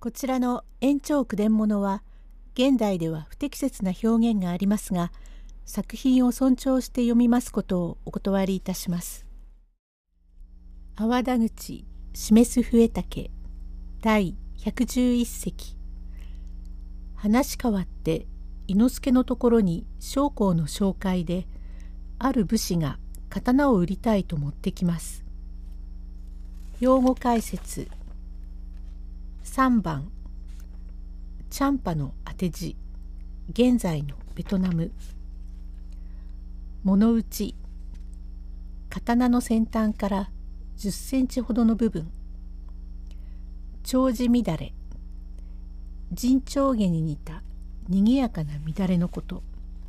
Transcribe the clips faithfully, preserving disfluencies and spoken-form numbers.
こちらの延長句伝物は現代では不適切な表現がありますが、作品を尊重して読みますことをお断りいたします。阿波田口示す笛竹第ひゃくじゅういっ席。話変わって伊之助のところに将校の紹介である武士が刀を売りたいと持ってきます。用語解説。さんばんチャンパの当て字、現在のベトナム。物打ち、刀の先端からじゅっセンチほどの部分。丁字乱れ、陣長下に似たにぎやかな乱れのこと。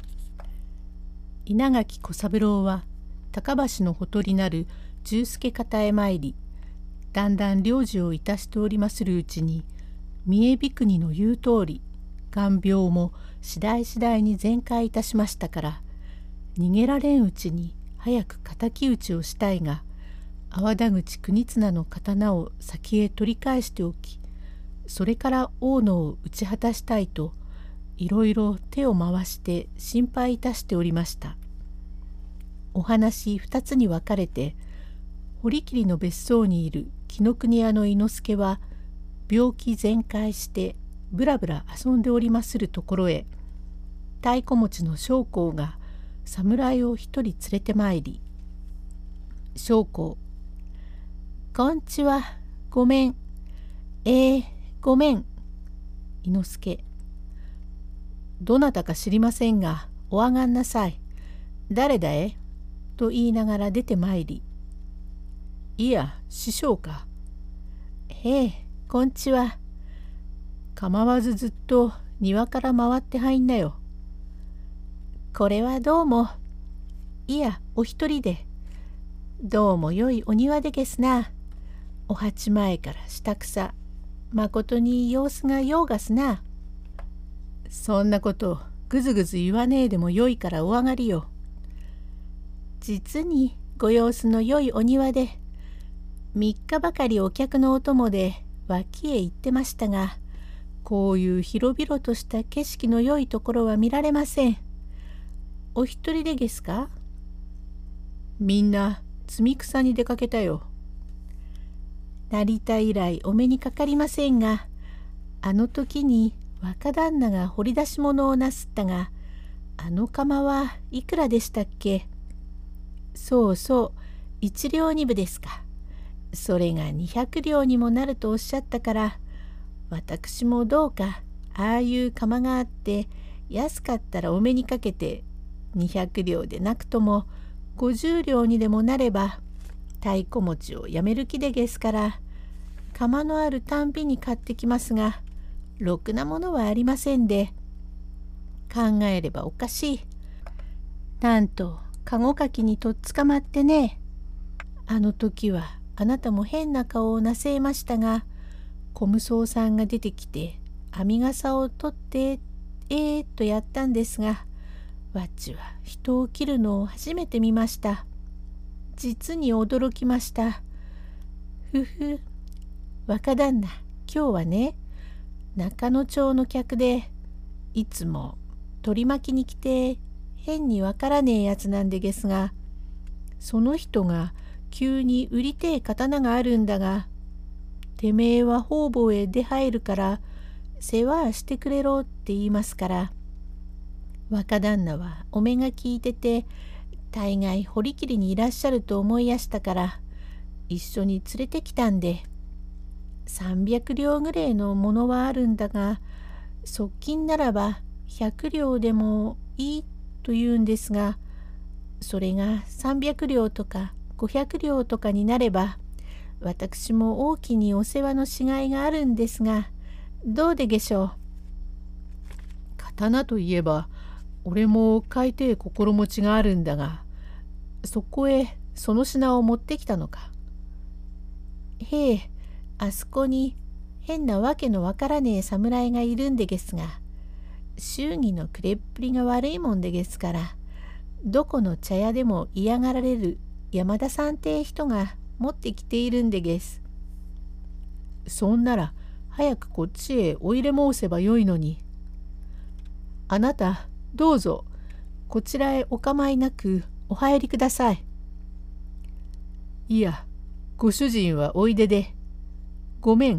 稲垣小三郎は高橋のほとりなる重助方へ参り、だんだん領事をいたしておりまするうちに、三重比国の言う通り、眼病も次第次第に全開いたしましたから、逃げられんうちに早く敵討ちをしたいが、阿波田口国綱の刀を先へ取り返しておき、それから大野を討ち果たしたいと、いろいろ手を回して心配いたしておりました。お話二つに分かれて、堀切の別荘にいる紀ノ国屋の伊之助は、病気全開してぶらぶら遊んでおりまするところへ、太鼓持ちの将校が侍を一人連れてまいり、将校、こんちは、ごめん、えー、ごめん。伊之助、どなたか知りませんが、お上がんなさい。誰だえと言いながら出てまいり、いや、師匠か。へえ、こんちは。構わずずっと庭から回って入んなよ。これはどうも。いや、お一人で。どうもよいお庭でげすな。お鉢前から下草。まことに様子がようがすな。そんなことぐずぐず言わねえでもよいからお上がりよ。実にご様子のよいお庭で、三日ばかりお客のお供で脇へ行ってましたが、こういう広々とした景色の良いところは見られません。お一人でですか？みんな摘み草に出かけたよ。成田以来お目にかかりませんが、あの時に若旦那が掘り出し物をなすったが、あの釜はいくらでしたっけ？そうそう、一両二分ですか。それが二百両にもなるとおっしゃったから、私もどうかああいう釜があって安かったらお目にかけて、二百両でなくとも五十両にでもなれば太鼓持ちをやめる気でげすから、釜のあるたんびに買ってきますが、ろくなものはありませんで、考えればおかしい。なんと籠かきにとっ捕まってね。あの時はあなたも変な顔をなせえましたが、小無双さんが出てきて編み笠を取ってえーっとやったんですが、わっちは人を切るのを初めて見ました。実に驚きました。ふふ、若旦那、今日はね、中野町の客で、いつも取り巻きに来て変にわからねえやつなんでげすが、その人が急に売りてえ刀があるんだが、てめえは方々へ出入るから世話してくれろって言いますから、若旦那はお目が利いてて、大概堀切にいらっしゃると思いやしたから、一緒に連れてきたんで、三百両ぐらいのものはあるんだが、側近ならば百両でもいいと言うんですが、それが三百両とか五百両とかになれば、私も大きにお世話のしがいがあるんですが、どうでげしょう。刀といえば、俺も買いてえ心持ちがあるんだが、そこへその品を持ってきたのか。へえ、あそこに変なわけのわからねえ侍がいるんでげすが、祝儀のくれっぷりが悪いもんでげすから、どこの茶屋でも嫌がられる山田さんって人が持ってきているんでげす。そんなら早くこっちへお入れ申せばよいのに。あなた、どうぞ、こちらへお構いなくお入りください。いや、ご主人はおいでで。ごめん。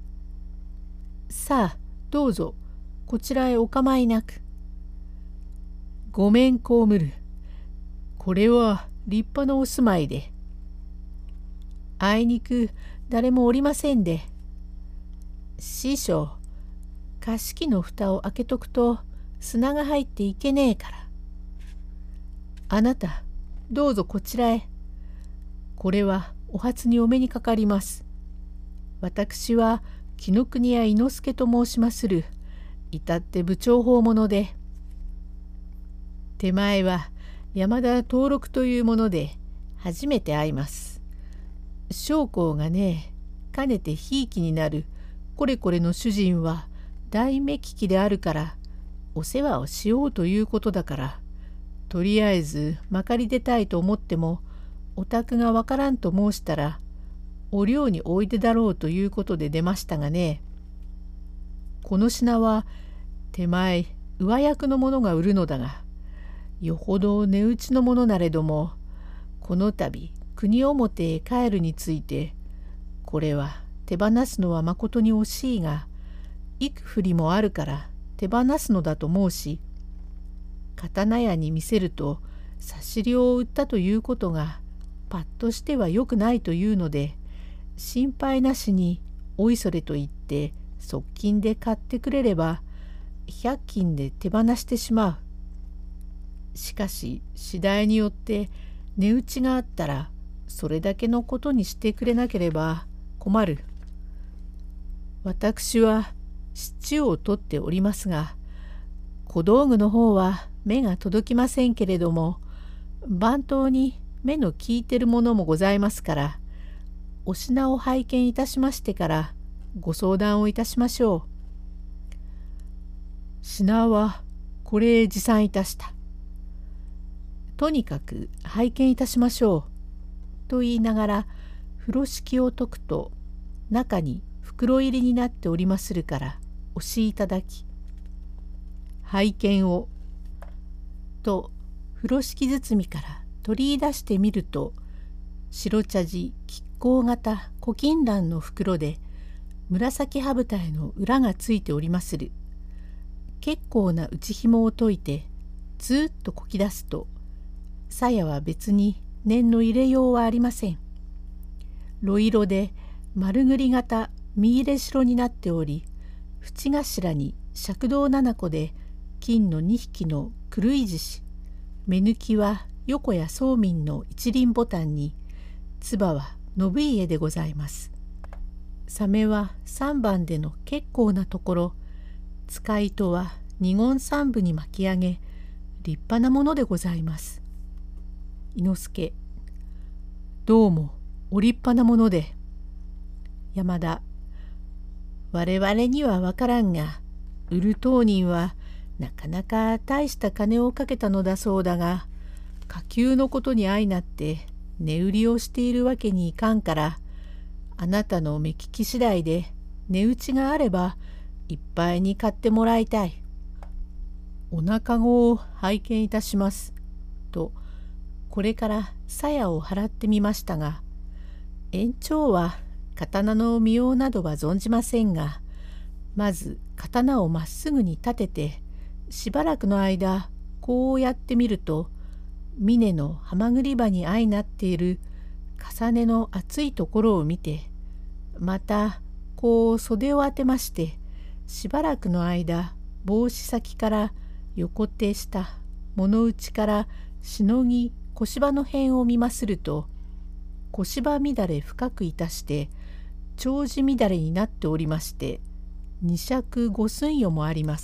さあ、どうぞ、こちらへお構いなく。ごめんこむる。これは立派なお住まいで。あいにく誰もおりませんで。師匠、加湿器の蓋を開けとくと砂が入っていけねえから。あなた、どうぞこちらへ。これはお初にお目にかかります。私は紀ノ国屋伊之助と申しまする。至って部長法者で。手前は山田登録というもので初めて会います。将校がね、かねてひいきになるこれこれの主人は大目利きであるからお世話をしようということだから、とりあえずまかり出たいと思ってもお宅がわからんと申したらお寮においでだろうということで出ましたがね。この品は手前上役の者が売るのだが、よほど値打ちのものなれども、この度国表へ帰るについて、これは手放すのはまことに惜しいが、幾振りもあるから手放すのだと申し、刀屋に見せると差し料を売ったということがパッとしてはよくないというので、心配なしにおいそれと言って側近で買ってくれれば百均で手放してしまう。しかし次第によって値打ちがあったらそれだけのことにしてくれなければ困る。私は七を取っておりますが、小道具の方は目が届きませんけれども、番頭に目の利いてるものもございますから、お品を拝見いたしましてからご相談をいたしましょう。品はこれへ持参いたした。とにかく拝見いたしましょう。と言いながら風呂敷を解くと、中に袋入りになっておりまするから押しいただき、拝見をと風呂敷包みから取り出してみると、白茶地亀甲型古金蘭の袋で紫羽二重の裏がついておりまする。結構な内紐を解いてずっとこき出すと、鞘は別に念の入れようはありません。炉色で丸ぐり型身入れ白になっており、縁頭に赤銅七個で金の二匹の狂い獅子、目抜きは横谷宗民の一輪ボタンに、唾は信家でございます。サメは三番での結構なところ、使いとは二言三分に巻き上げ、立派なものでございます。伊之助、どうもお立派なもので。山田、我々にはわからんが、売る当人はなかなか大した金をかけたのだそうだが、火急のことに相なって値売りをしているわけにいかんから、あなたの目利き次第で値打ちがあればいっぱいに買ってもらいたい。お中子を拝見いたします。と、これから鞘を払ってみましたが、延長は刀の見ようなどは存じませんが、まず刀をまっすぐに立てて、しばらくの間こうやってみると、峰のはまぐり場に相なっている重ねの厚いところを見て、またこう袖を当てまして、しばらくの間帽子先から横手下物内からしのぎ小芝の辺を見ますると、小芝乱れ深くいたして長寿乱れになっておりまして、二尺五寸余もあります。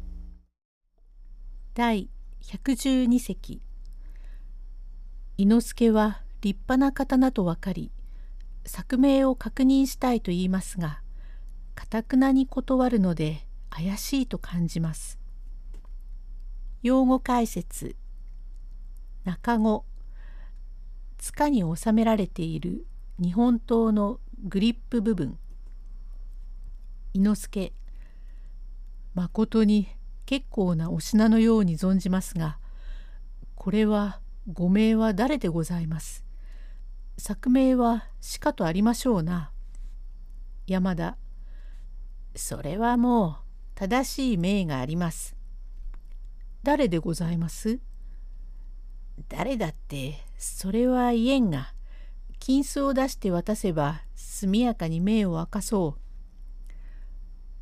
だいひゃくじゅうに席。伊之助は立派な刀と分かり、作名を確認したいと言いますが、かたくなに断るので怪しいと感じます。用語解説。中語、柄に収められている日本刀のグリップ部分。 伊之助。まことに結構なお品のように存じますが、これはご名は誰でございます。作名はしかとありましょうな。山田。それはもう正しい名があります。誰でございます？誰だってそれは言えんが、金子を出して渡せば速やかに名を明かそう。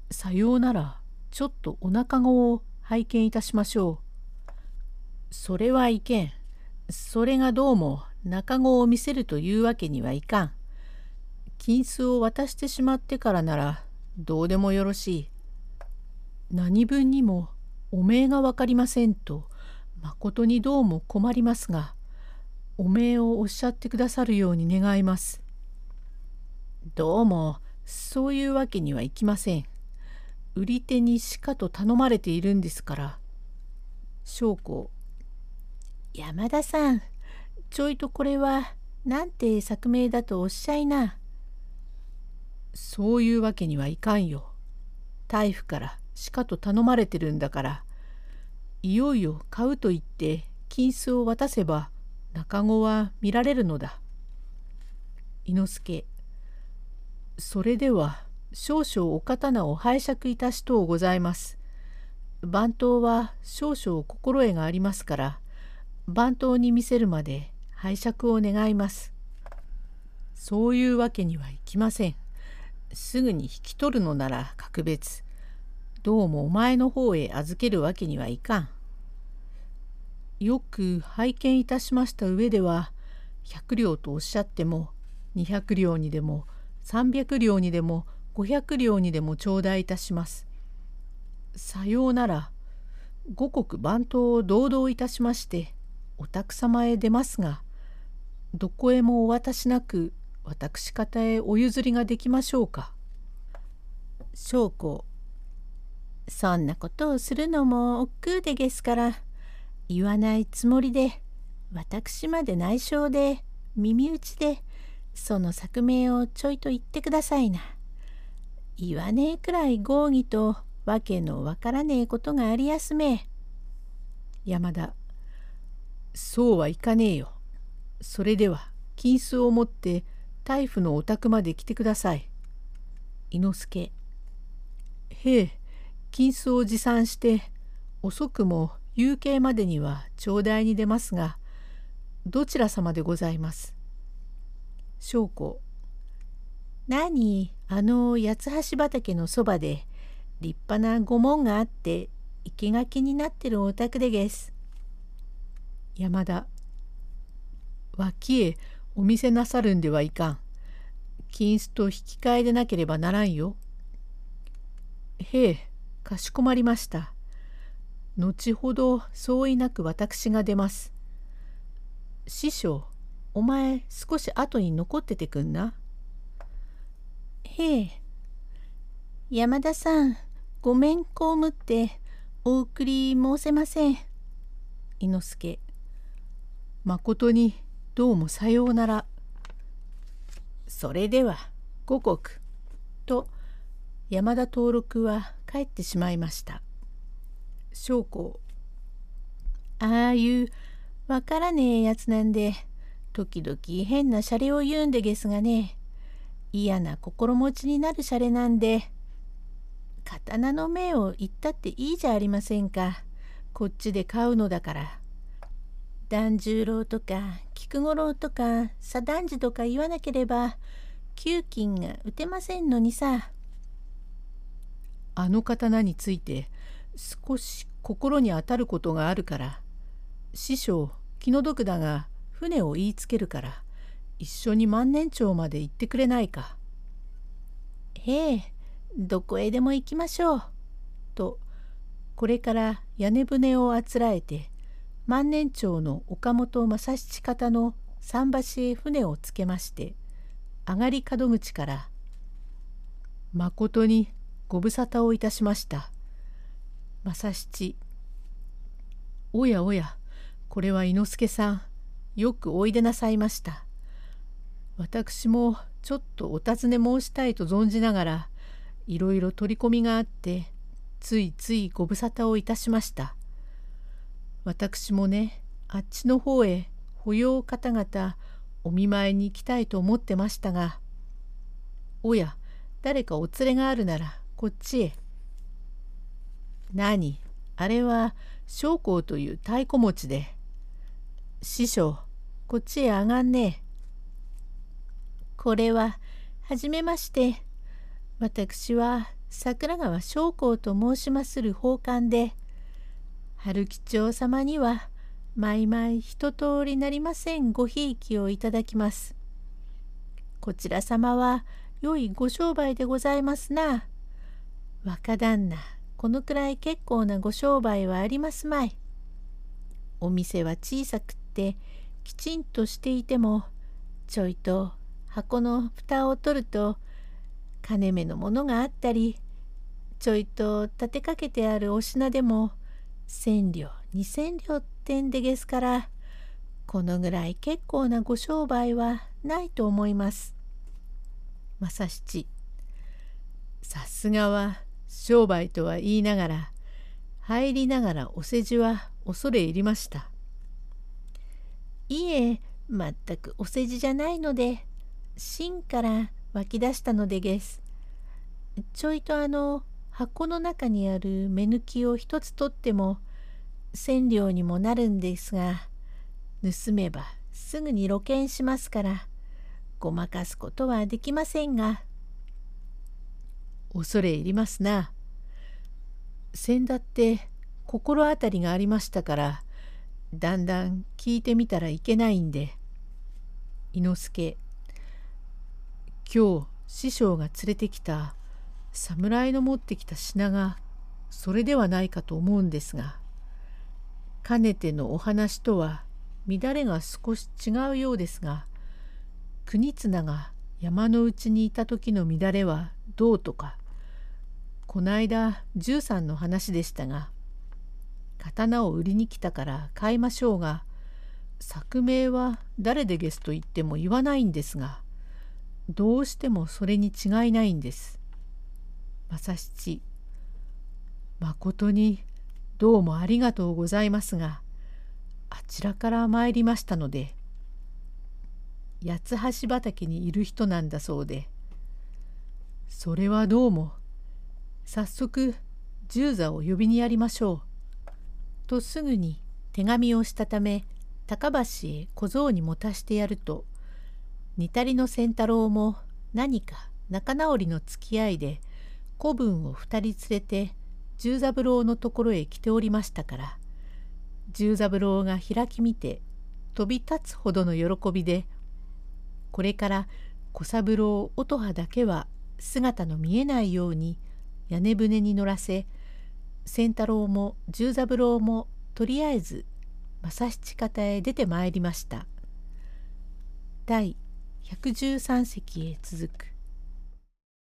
さようならちょっとお中子を拝見いたしましょう。それはいけん。それがどうも中子を見せるというわけにはいかん。金子を渡してしまってからならどうでもよろしい。何分にもお名が分かりませんとまことにどうも困りますが、お名をおっしゃってくださるように願います。どうもそういうわけにはいきません。売り手にしかと頼まれているんですから。将校。山田さん、ちょいとこれはなんて作名だとおっしゃいな。そういうわけにはいかんよ。大夫からしかと頼まれてるんだから、いよいよ買うと言って金子を渡せば中子は見られるのだ。伊之助。それでは少々お刀を拝借いたしとうございます。番頭は少々心得がありますから、番頭に見せるまで拝借を願います。そういうわけにはいきません。すぐに引き取るのなら格別。どうもお前の方へ預けるわけにはいかん。よく拝見いたしました上では、百両とおっしゃっても、二百両にでも、三百両にでも、五百両にでも頂戴いたします。さようなら、五穀番頭を堂々いたしまして、お宅様へ出ますが、どこへもお渡しなく、私方へお譲りができましょうか。将校。そんなことをするのも億劫でげすから、言わないつもりで、私まで内緒で、耳打ちで、その作名をちょいと言ってくださいな。言わねえくらい合議とわけのわからねえことがありやすめ。山田。そうはいかねえよ。それでは金子を持って大夫のお宅まで来てください。伊之助。へえ、金子を持参して遅くも夕景までには頂戴に出ますが、どちら様でございます。将校。何、あの八橋畑のそばで立派な御門があって生垣になってるお宅でげす。山田。脇へお見せなさるんではいかん。金子と引き換えでなければならんよ。へえ、かしこまりました。後ほど相違なく私が出ます。師匠、お前少し後に残っててくんな。へえ。山田さん、ごめん被ってお送り申せません。伊之助。まことにどうもさようなら。それでは五穀。と山田登録は帰ってしまいました。将校。ああいうわからねえやつなんで、時々変なシャレを言うんでげすがね、嫌な心持ちになるシャレなんで、刀の目を言ったっていいじゃありませんか。こっちで買うのだから。團十郎とか菊五郎とか左團次とか言わなければ給金が打てませんのにさ。あの刀について少し心に当たることがあるから、師匠気の毒だが船を言いつけるから一緒に万年町まで行ってくれないか。へえ、どこへでも行きましょう。とこれから屋根船をあつらえて万年町の岡本正七方の桟橋へ船をつけまして、上がり門口から「まことにご無沙汰をいたしました。正七。おやおや、これは伊之助さん、よくおいでなさいました。私もちょっとお尋ね申したいと存じながら、 いろいろ取り込みがあって、ついついご無沙汰をいたしました。私もね、あっちの方へ保養方々お見舞いに行きたいと思ってましたが、おや、誰かお連れがあるならこっちへ。何、あれは将校という太鼓持ちで。師匠、こっちへ上がんねえ。これは、はじめまして。私は桜川将校と申しまする宝冠で、春吉町様には、まいまい一通りなりませんごひいきをいただきます。こちら様は良いご商売でございますな。若旦那、このくらい結構なご商売はありますまい。お店は小さくってきちんとしていても、ちょいと箱の蓋を取ると金目のものがあったり、ちょいと立てかけてあるお品でも千両二千両ってんでげすから、このぐらい結構なご商売はないと思います。正七、さすがは商売とは言いながら、入りながらお世辞は恐れ入りました。いえ、全くお世辞じゃないので、芯から湧き出したのでげす。ちょいとあの箱の中にある目抜きを一つ取っても千両にもなるんですが、盗めばすぐに露見しますから、ごまかすことはできませんが。恐れ入りますな。先だって心当たりがありましたから、だんだん聞いてみたらいけないんで。伊之助、今日師匠が連れてきた侍の持ってきた品がそれではないかと思うんですが、かねてのお話とは乱れが少し違うようですが、国綱が山の内にいた時の乱れはどうとか、こないだ十三の話でしたが、刀を売りに来たから買いましょうが、作名は誰でゲスと言っても言わないんですが、どうしてもそれに違いないんです。正七、まことにどうもありがとうございますが、あちらから参りましたので、八つ橋畑にいる人なんだそうで、それはどうも、早速十座を呼びにやりましょう。とすぐに手紙をしたため、高橋へ小僧に持たしてやると、似たりの仙太郎も何か仲直りの付き合いで子分を二人連れて十三郎のところへ来ておりましたから、十三郎が開き見て飛び立つほどの喜びで、これから小三郎乙葉だけは姿の見えないように屋根船に乗らせ、仙太郎も十三郎もとりあえず正七方へ出てまいりました。第ひゃくじゅうさん席へ続く。